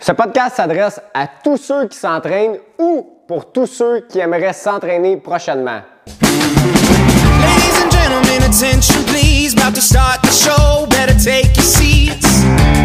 Ce podcast s'adresse à tous ceux qui s'entraînent ou pour tous ceux qui aimeraient s'entraîner prochainement. Ladies and gentlemen, attention please, about to start the show, better take your seats.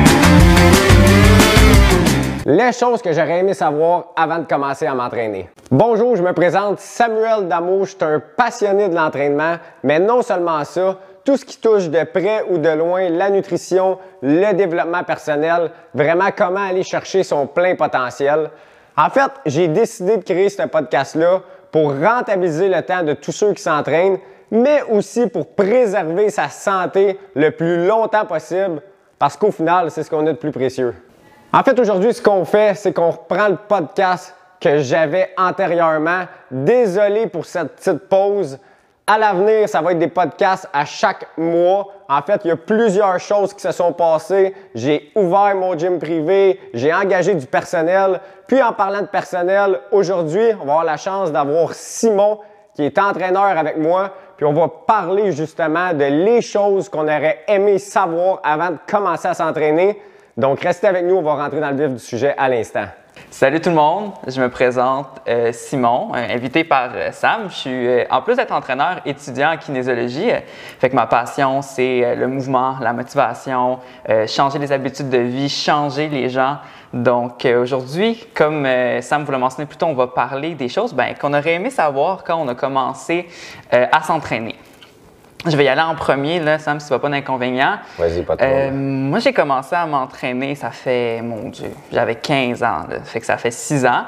Les choses que j'aurais aimé savoir avant de commencer à m'entraîner. Bonjour, je me présente Samuel Damour, je suis un passionné de l'entraînement, mais non seulement ça, tout ce qui touche de près ou de loin la nutrition, le développement personnel, vraiment comment aller chercher son plein potentiel. En fait, j'ai décidé de créer ce podcast-là pour rentabiliser le temps de tous ceux qui s'entraînent, mais aussi pour préserver sa santé le plus longtemps possible, parce qu'au final, c'est ce qu'on a de plus précieux. En fait, aujourd'hui, ce qu'on fait, c'est qu'on reprend le podcast que j'avais antérieurement. Désolé pour cette petite pause. À l'avenir, ça va être des podcasts à chaque mois. En fait, il y a plusieurs choses qui se sont passées. J'ai ouvert mon gym privé, j'ai engagé du personnel. Puis en parlant de personnel, aujourd'hui, on va avoir la chance d'avoir Simon qui est entraîneur avec moi. Puis on va parler justement de les choses qu'on aurait aimé savoir avant de commencer à s'entraîner. Donc, restez avec nous, on va rentrer dans le vif du sujet à l'instant. Salut tout le monde, je me présente Simon, invité par Sam. Je suis, en plus d'être entraîneur, étudiant en kinésiologie. Fait que ma passion, c'est le mouvement, la motivation, changer les habitudes de vie, changer les gens. Donc aujourd'hui, comme Sam vous l'a mentionné plus tôt, on va parler des choses qu'on aurait aimé savoir quand on a commencé à s'entraîner. Je vais y aller en premier, là, Sam, si tu n'as pas d'inconvénient. Vas-y, pas trop. Moi, j'ai commencé à m'entraîner, ça fait, mon Dieu, j'avais 15 ans, là, fait que ça fait 6 ans.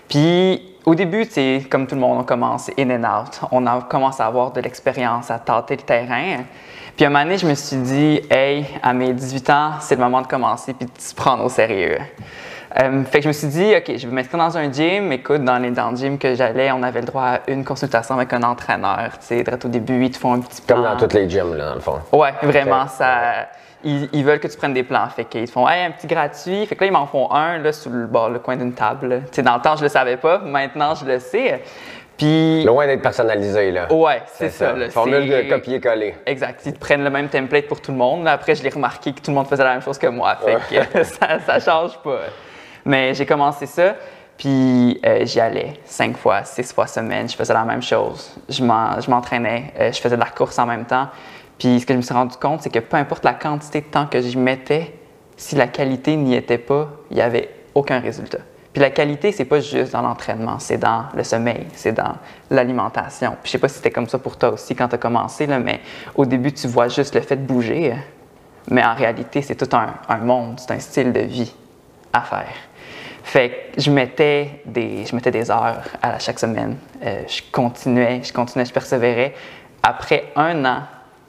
Puis, au début, tu sais, comme tout le monde, on commence in and out. On a commencé à avoir de l'expérience, à tâter le terrain. Puis, à un moment donné, je me suis dit, hey, à mes 18 ans, c'est le moment de commencer puis de se prendre au sérieux. Fait que je me suis dit, OK, je vais m'inscrire dans un gym. Écoute, dans le gym que j'allais, on avait le droit à une consultation avec un entraîneur. Tu sais, au début, ils te font un petit plan. Comme dans tous les gyms, là, dans le fond. Ouais, vraiment. Ça, ils veulent que tu prennes des plans. Fait qu'ils te font, hey, un petit gratuit. Fait que là, ils m'en font un là, sur le coin d'une table. Tu sais, dans le temps, je le savais pas. Maintenant, je le sais. Puis, loin d'être personnalisé, là. Ouais, c'est ça. Là, formule de copier-coller. Exact. Ils te prennent le même template pour tout le monde. Là, après, je l'ai remarqué que tout le monde faisait la même chose que moi. Fait que ça change pas. Mais j'ai commencé ça, puis j'y allais 5 fois, 6 fois semaine. Je faisais la même chose. Je m'entraînais, je faisais de la course en même temps. Puis ce que je me suis rendu compte, c'est que peu importe la quantité de temps que j'y mettais, si la qualité n'y était pas, il n'y avait aucun résultat. Puis la qualité, c'est pas juste dans l'entraînement, c'est dans le sommeil, c'est dans l'alimentation. Puis je sais pas si c'était comme ça pour toi aussi quand tu as commencé, là, mais au début, tu vois juste le fait de bouger. Mais en réalité, c'est tout un monde, c'est un style de vie à faire. Fait que je mettais des heures à chaque semaine. Je continuais, je persévérais. Après 1 an,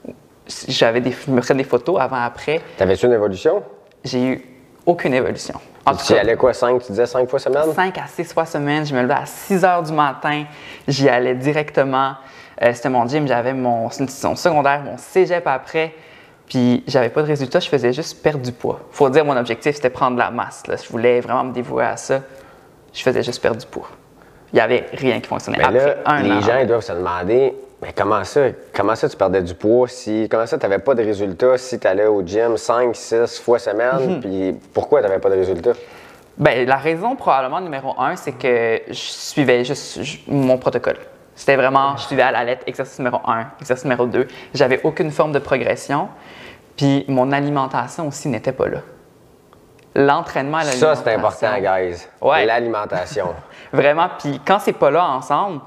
je me prenais des photos avant-après. T'avais-tu une évolution? J'ai eu aucune évolution. Tu y allais quoi, 5? Tu disais 5 fois semaine? 5 à 6 fois semaine. Je me levais à 6 heures du matin. J'y allais directement. C'était mon gym. J'avais mon secondaire, mon cégep après. Puis, j'avais pas de résultat, je faisais juste perdre du poids. Faut dire, mon objectif, c'était prendre de la masse. Là. Je voulais vraiment me dévouer à ça. Je faisais juste perdre du poids. Il n'y avait rien qui fonctionnait. Mais là, après les gens ils doivent se demander, mais comment ça tu perdais du poids? Comment ça tu n'avais pas de résultats si tu allais au gym 5, 6 fois semaine? Puis pourquoi tu n'avais pas de résultats? Bien, la raison probablement numéro 1, c'est que je suivais juste mon protocole. C'était vraiment, je suivais à la lettre, exercice numéro 1, exercice numéro 2. J'avais aucune forme de progression. Puis mon alimentation aussi n'était pas là. L'entraînement et l'alimentation. Ça, c'est important, guys. Ouais. L'alimentation. Vraiment. Puis quand c'est pas là ensemble,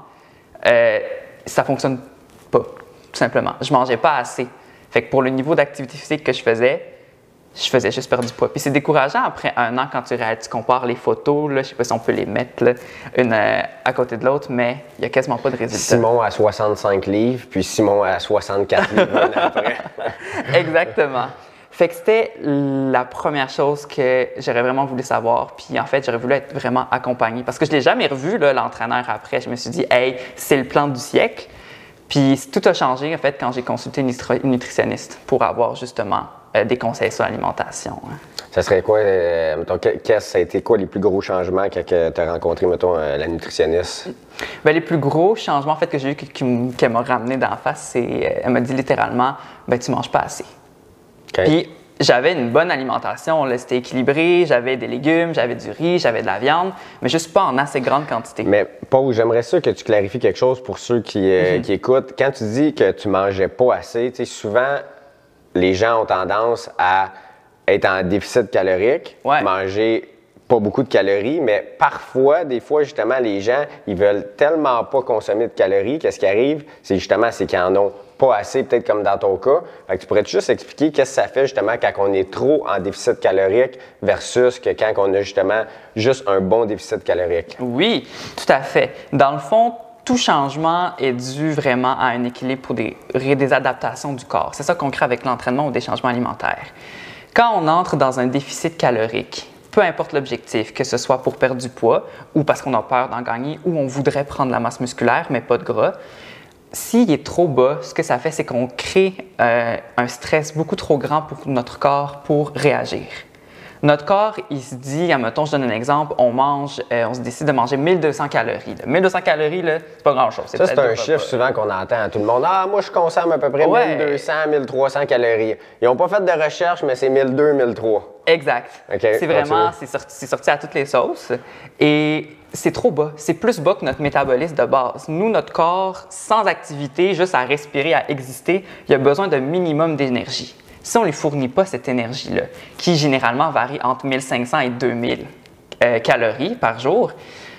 ça fonctionne pas, tout simplement. Je mangeais pas assez. Fait que pour le niveau d'activité physique que je faisais juste perdre du poids. Puis c'est décourageant après 1 an quand tu compares les photos, là, je sais pas si on peut les mettre là, une à côté de l'autre, mais il n'y a quasiment pas de résultat. Simon à 65 livres, puis Simon à 64 livres un an après. Exactement. Fait que c'était la première chose que j'aurais vraiment voulu savoir. Puis en fait, j'aurais voulu être vraiment accompagné. Parce que je ne l'ai jamais revu, là, l'entraîneur après. Je me suis dit, hey, c'est le plan du siècle. Puis tout a changé en fait quand j'ai consulté une nutritionniste pour avoir justement des conseils sur l'alimentation. Ça serait quoi, mettons, ça a été quoi les plus gros changements quand tu as rencontré, mettons, la nutritionniste? Bien, les plus gros changements en fait, que j'ai eu qu'elle m'a ramené d'en face, c'est elle m'a dit littéralement, ben tu manges pas assez. Okay. Puis j'avais une bonne alimentation, c'était équilibré, j'avais des légumes, j'avais du riz, j'avais de la viande, mais juste pas en assez grande quantité. Mais Paul, j'aimerais ça que tu clarifies quelque chose pour ceux qui écoutent. Quand tu dis que tu mangeais pas assez, tu sais, souvent, les gens ont tendance à être en déficit calorique, manger pas beaucoup de calories, mais parfois, des fois, justement, les gens, ils veulent tellement pas consommer de calories qu'est-ce qui arrive, c'est qu'ils en ont pas assez, peut-être comme dans ton cas. Fait que tu pourrais juste expliquer qu'est-ce que ça fait justement quand on est trop en déficit calorique versus que quand on a justement juste un bon déficit calorique? Oui, tout à fait. Dans le fond, tout changement est dû vraiment à un équilibre pour des adaptations du corps. C'est ça qu'on crée avec l'entraînement ou des changements alimentaires. Quand on entre dans un déficit calorique, peu importe l'objectif, que ce soit pour perdre du poids ou parce qu'on a peur d'en gagner ou on voudrait prendre la masse musculaire mais pas de gras, s'il est trop bas, ce que ça fait, c'est qu'on crée un stress beaucoup trop grand pour notre corps pour réagir. Notre corps, il se dit, admettons, je donne un exemple, on se décide de manger 1200 calories. 1200 calories, c'est pas grand-chose. Ça, c'est un chiffre souvent qu'on entend à tout le monde. Ah, moi, je consomme à peu près 1200, 1300 calories. Ils n'ont pas fait de recherche, mais c'est 1200, 1300. Exact. Okay, c'est vraiment, c'est sorti à toutes les sauces. Et c'est trop bas. C'est plus bas que notre métabolisme de base. Nous, notre corps, sans activité, juste à respirer, à exister, il a besoin d'un minimum d'énergie. Si on ne lui fournit pas cette énergie-là, qui généralement varie entre 1500 et 2000 calories par jour,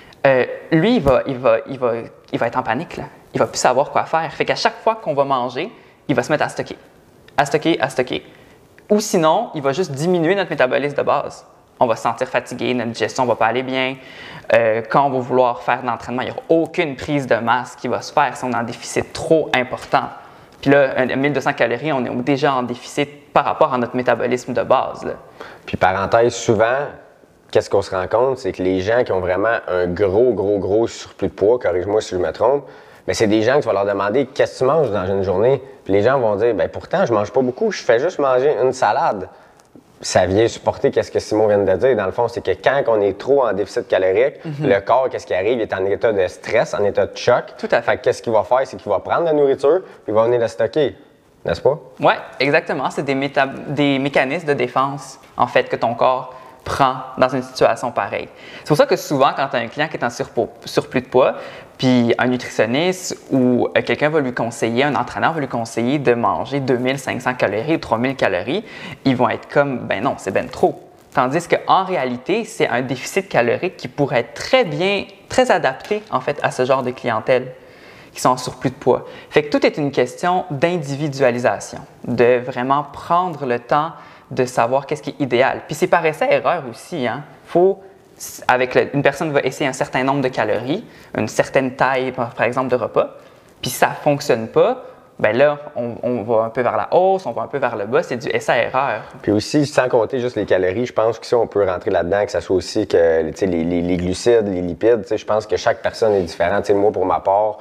lui, il va être en panique. Là. Il ne va plus savoir quoi faire. Fait qu'à chaque fois qu'on va manger, il va se mettre à stocker, à stocker, à stocker. Ou sinon, il va juste diminuer notre métabolisme de base. On va se sentir fatigué, notre digestion ne va pas aller bien. Quand on va vouloir faire de l'entraînement, il n'y aura aucune prise de masse qui va se faire si on a un déficit trop important. Puis là, 1200 calories, on est déjà en déficit par rapport à notre métabolisme de base. Là. Puis parenthèse, souvent, qu'est-ce qu'on se rend compte, c'est que les gens qui ont vraiment un gros surplus de poids, corrige-moi si je me trompe, mais c'est des gens que tu vas leur demander « Qu'est-ce que tu manges dans une journée? » Puis les gens vont dire « Bien, pourtant, je mange pas beaucoup, je fais juste manger une salade. » Ça vient supporter qu'est-ce que Simon vient de dire. Dans le fond, c'est que quand on est trop en déficit calorique, le corps, qu'est-ce qui arrive? Il est en état de stress, en état de choc. Tout à fait. Fait que qu'est-ce qu'il va faire? C'est qu'il va prendre la nourriture puis il va venir la stocker. N'est-ce pas? Oui, exactement. C'est des mécanismes de défense, en fait, que ton corps prend dans une situation pareille. C'est pour ça que souvent, quand tu as un client qui est en surplus de poids, puis un nutritionniste ou quelqu'un va lui conseiller, un entraîneur va lui conseiller de manger 2500 calories ou 3000 calories, ils vont être comme, ben non, c'est ben trop. Tandis qu'en réalité, c'est un déficit calorique qui pourrait être très adapté, en fait, à ce genre de clientèle qui sont en surplus de poids. Fait que tout est une question d'individualisation, de vraiment prendre le temps de savoir qu'est-ce qui est idéal. Puis c'est par essai-erreur aussi. Hein? Une personne va essayer un certain nombre de calories, une certaine taille, par exemple, de repas, puis ça ne fonctionne pas, bien là, on va un peu vers la hausse, on va un peu vers le bas, c'est du essai-erreur. Puis aussi, sans compter juste les calories, je pense que si on peut rentrer là-dedans, que ça soit aussi que les glucides, les lipides, je pense que chaque personne est différente. Moi, pour ma part,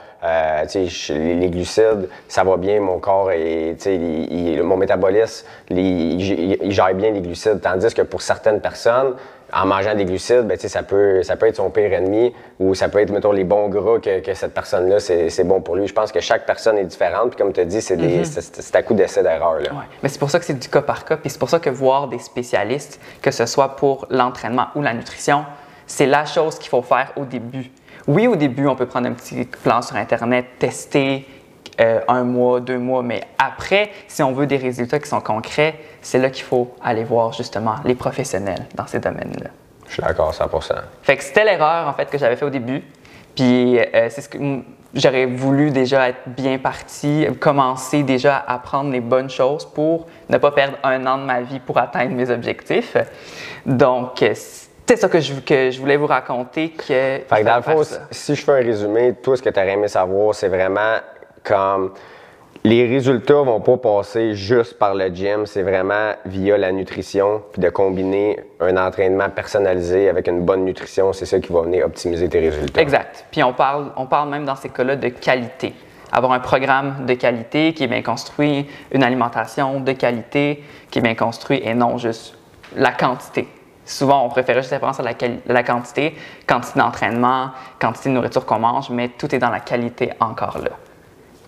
les glucides, ça va bien, mon corps, mon métabolisme, il gère bien les glucides, tandis que pour certaines personnes, en mangeant des glucides, ben, ça peut être son pire ennemi ou ça peut être, mettons, les bons gras que cette personne-là, c'est bon pour lui. Je pense que chaque personne est différente. Puis comme tu as dit, c'est à coup d'essai d'erreur. Ouais. Mais c'est pour ça que c'est du cas par cas. Puis c'est pour ça que voir des spécialistes, que ce soit pour l'entraînement ou la nutrition, c'est la chose qu'il faut faire au début. Oui, au début, on peut prendre un petit plan sur Internet, tester 1 mois, 2 mois, mais après, si on veut des résultats qui sont concrets, c'est là qu'il faut aller voir justement les professionnels dans ces domaines-là. Je suis d'accord, 100%. Fait que c'était l'erreur en fait que j'avais fait au début, puis c'est ce que j'aurais voulu déjà être bien parti, commencer déjà à apprendre les bonnes choses pour ne pas perdre 1 an de ma vie pour atteindre mes objectifs. Donc, c'est ça que je voulais vous raconter. Fait que dans le fond, si je fais un résumé, tout ce que tu aurais aimé savoir, c'est vraiment comme les résultats vont pas passer juste par le gym, c'est vraiment via la nutrition, puis de combiner un entraînement personnalisé avec une bonne nutrition, c'est ça qui va venir optimiser tes résultats. Exact. Puis on parle même dans ces cas-là de qualité. Avoir un programme de qualité qui est bien construit, une alimentation de qualité qui est bien construite et non juste la quantité. Souvent, on préfère juste faire référence à la quantité d'entraînement, quantité de nourriture qu'on mange, mais tout est dans la qualité encore là.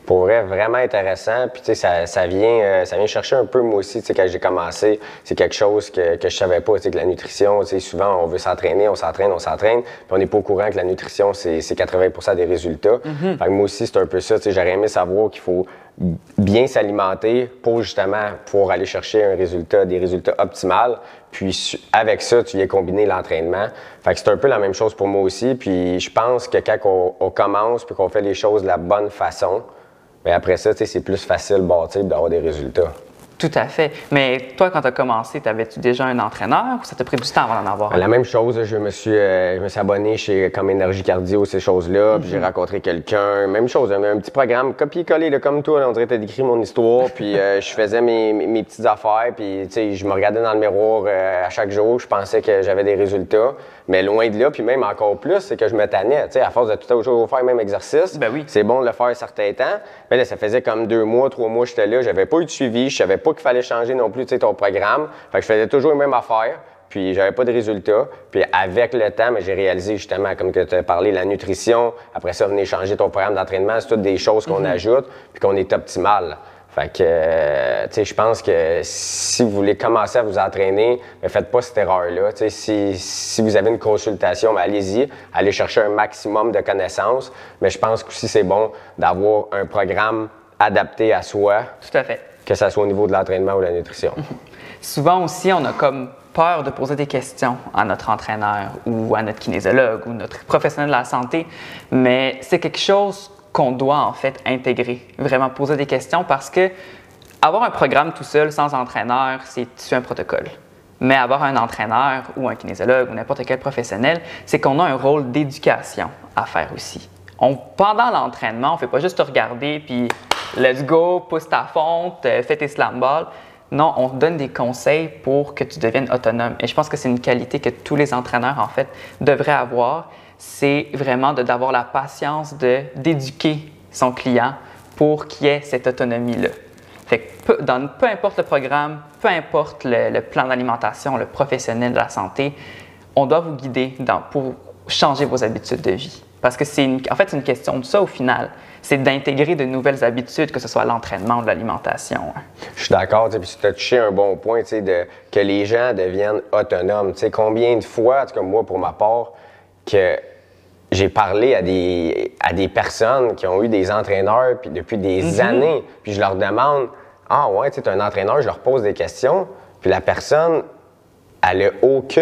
Pour vrai, vraiment intéressant. Puis, tu sais, ça vient chercher un peu, moi aussi, tu sais, quand j'ai commencé. C'est quelque chose que je savais pas, tu sais, que la nutrition, tu sais, souvent, on veut s'entraîner, on s'entraîne. Puis, on n'est pas au courant que la nutrition, c'est 80% des résultats. Fait que moi aussi, c'est un peu ça. Tu sais, j'aurais aimé savoir qu'il faut bien s'alimenter pour, justement, pouvoir aller chercher des résultats optimaux. Puis, avec ça, tu viens combiner l'entraînement. Fait que c'est un peu la même chose pour moi aussi. Puis, je pense que quand on commence puis qu'on fait les choses de la bonne façon, mais après ça, c'est plus facile de bâtir d'avoir des résultats. Tout à fait. Mais toi, quand tu as commencé, t'avais-tu déjà un entraîneur ou ça t'a pris du temps avant d'en avoir un? La même chose, je me suis abonné chez comme Énergie Cardio, ces choses-là, puis j'ai rencontré quelqu'un. Même chose, un petit programme copier-coller, là, comme toi, là, on dirait que tu as décrit mon histoire, puis je faisais mes petites affaires, puis je me regardais dans le miroir à chaque jour, je pensais que j'avais des résultats. Mais loin de là, puis même encore plus, c'est que je me tannais. À force de tout le jour faire le même exercice, ben oui. C'est bon de le faire un certain temps. Mais là, ça faisait comme 2 mois, 3 mois que j'étais là. J'avais pas eu de suivi. Je savais pas qu'il fallait changer non plus ton programme. Fait que je faisais toujours la même affaire. Puis j'avais pas de résultats. Puis avec le temps, j'ai réalisé justement, comme que tu as parlé, la nutrition. Après ça, venir changer ton programme d'entraînement. C'est toutes des choses qu'on ajoute puis qu'on est optimal. Fait que, tu sais, je pense que si vous voulez commencer à vous entraîner, ne faites pas cette erreur-là. Tu sais, si vous avez une consultation, allez-y, allez chercher un maximum de connaissances. Mais je pense qu'aussi c'est bon d'avoir un programme adapté à soi. Tout à fait. Que ce soit au niveau de l'entraînement ou de la nutrition. Souvent aussi, on a comme peur de poser des questions à notre entraîneur ou à notre kinésiologue ou notre professionnel de la santé, mais c'est quelque chose qu'on doit en fait intégrer, vraiment poser des questions parce que avoir un programme tout seul sans entraîneur, c'est un protocole. Mais avoir un entraîneur ou un kinésiologue ou n'importe quel professionnel, c'est qu'on a un rôle d'éducation à faire aussi. Pendant l'entraînement, on ne fait pas juste te regarder puis let's go, pousse ta fonte, fais tes slam balls. Non, on te donne des conseils pour que tu deviennes autonome. Et je pense que c'est une qualité que tous les entraîneurs en fait devraient avoir. C'est vraiment d'avoir la patience d'éduquer son client pour qu'il ait cette autonomie-là. Fait que peu importe le programme, peu importe le plan d'alimentation, le professionnel de la santé, on doit vous guider pour changer vos habitudes de vie. Parce que c'est une question de ça au final. C'est d'intégrer de nouvelles habitudes, que ce soit l'entraînement ou l'alimentation. Je suis d'accord, puis tu as touché un bon point, que les gens deviennent autonomes. Combien de fois, en tout cas moi pour ma part, que j'ai parlé à des personnes qui ont eu des entraîneurs puis depuis des années, puis je leur demande « Ah ouais, tu es un entraîneur », je leur pose des questions, puis la personne, elle n'a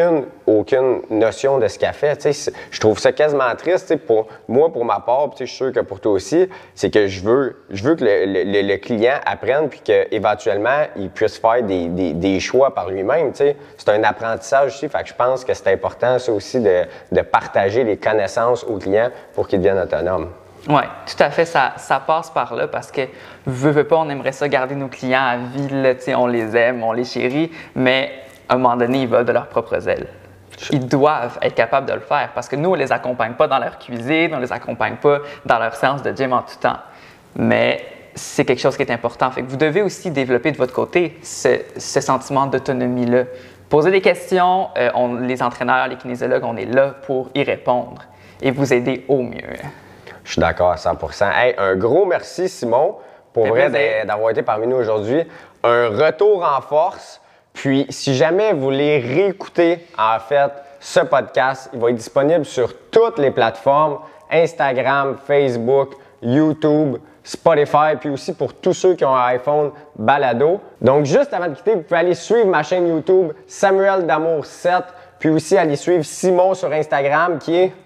aucune notion de ce qu'elle fait. Je trouve ça quasiment triste. Pour moi, pour ma part, puis je suis sûr que pour toi aussi, c'est que je veux que le client apprenne puis qu'éventuellement, il puisse faire des choix par lui-même. C'est un apprentissage aussi. Fait que je pense que c'est important, ça aussi, de partager les connaissances aux clients pour qu'ils deviennent autonomes. Oui, tout à fait. Ça passe par là parce que, veut pas, on aimerait ça garder nos clients à vie. Là, on les aime, on les chérit, mais à un moment donné, ils volent de leurs propres ailes. Ils doivent être capables de le faire parce que nous, on ne les accompagne pas dans leur cuisine, on ne les accompagne pas dans leur séance de gym en tout temps. Mais c'est quelque chose qui est important. Fait que vous devez aussi développer de votre côté ce sentiment d'autonomie-là. Poser des questions, les entraîneurs, les kinésiologues, on est là pour y répondre et vous aider au mieux. Je suis d'accord à 100%. Hey, un gros merci, Simon, pour vrai d'avoir été parmi nous aujourd'hui. Un retour en force. Puis, si jamais vous voulez réécouter, en fait, ce podcast, il va être disponible sur toutes les plateformes, Instagram, Facebook, YouTube, Spotify, puis aussi pour tous ceux qui ont un iPhone Balado. Donc, juste avant de quitter, vous pouvez aller suivre ma chaîne YouTube, Samuel Damour 7, puis aussi aller suivre Simon sur Instagram, qui est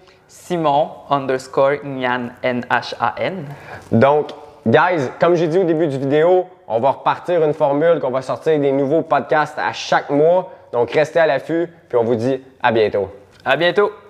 Simon_Nyan, N-H-A-N. Donc, guys, comme j'ai dit au début du vidéo, on va repartir une formule qu'on va sortir des nouveaux podcasts à chaque mois. Donc, restez à l'affût, puis on vous dit à bientôt. À bientôt!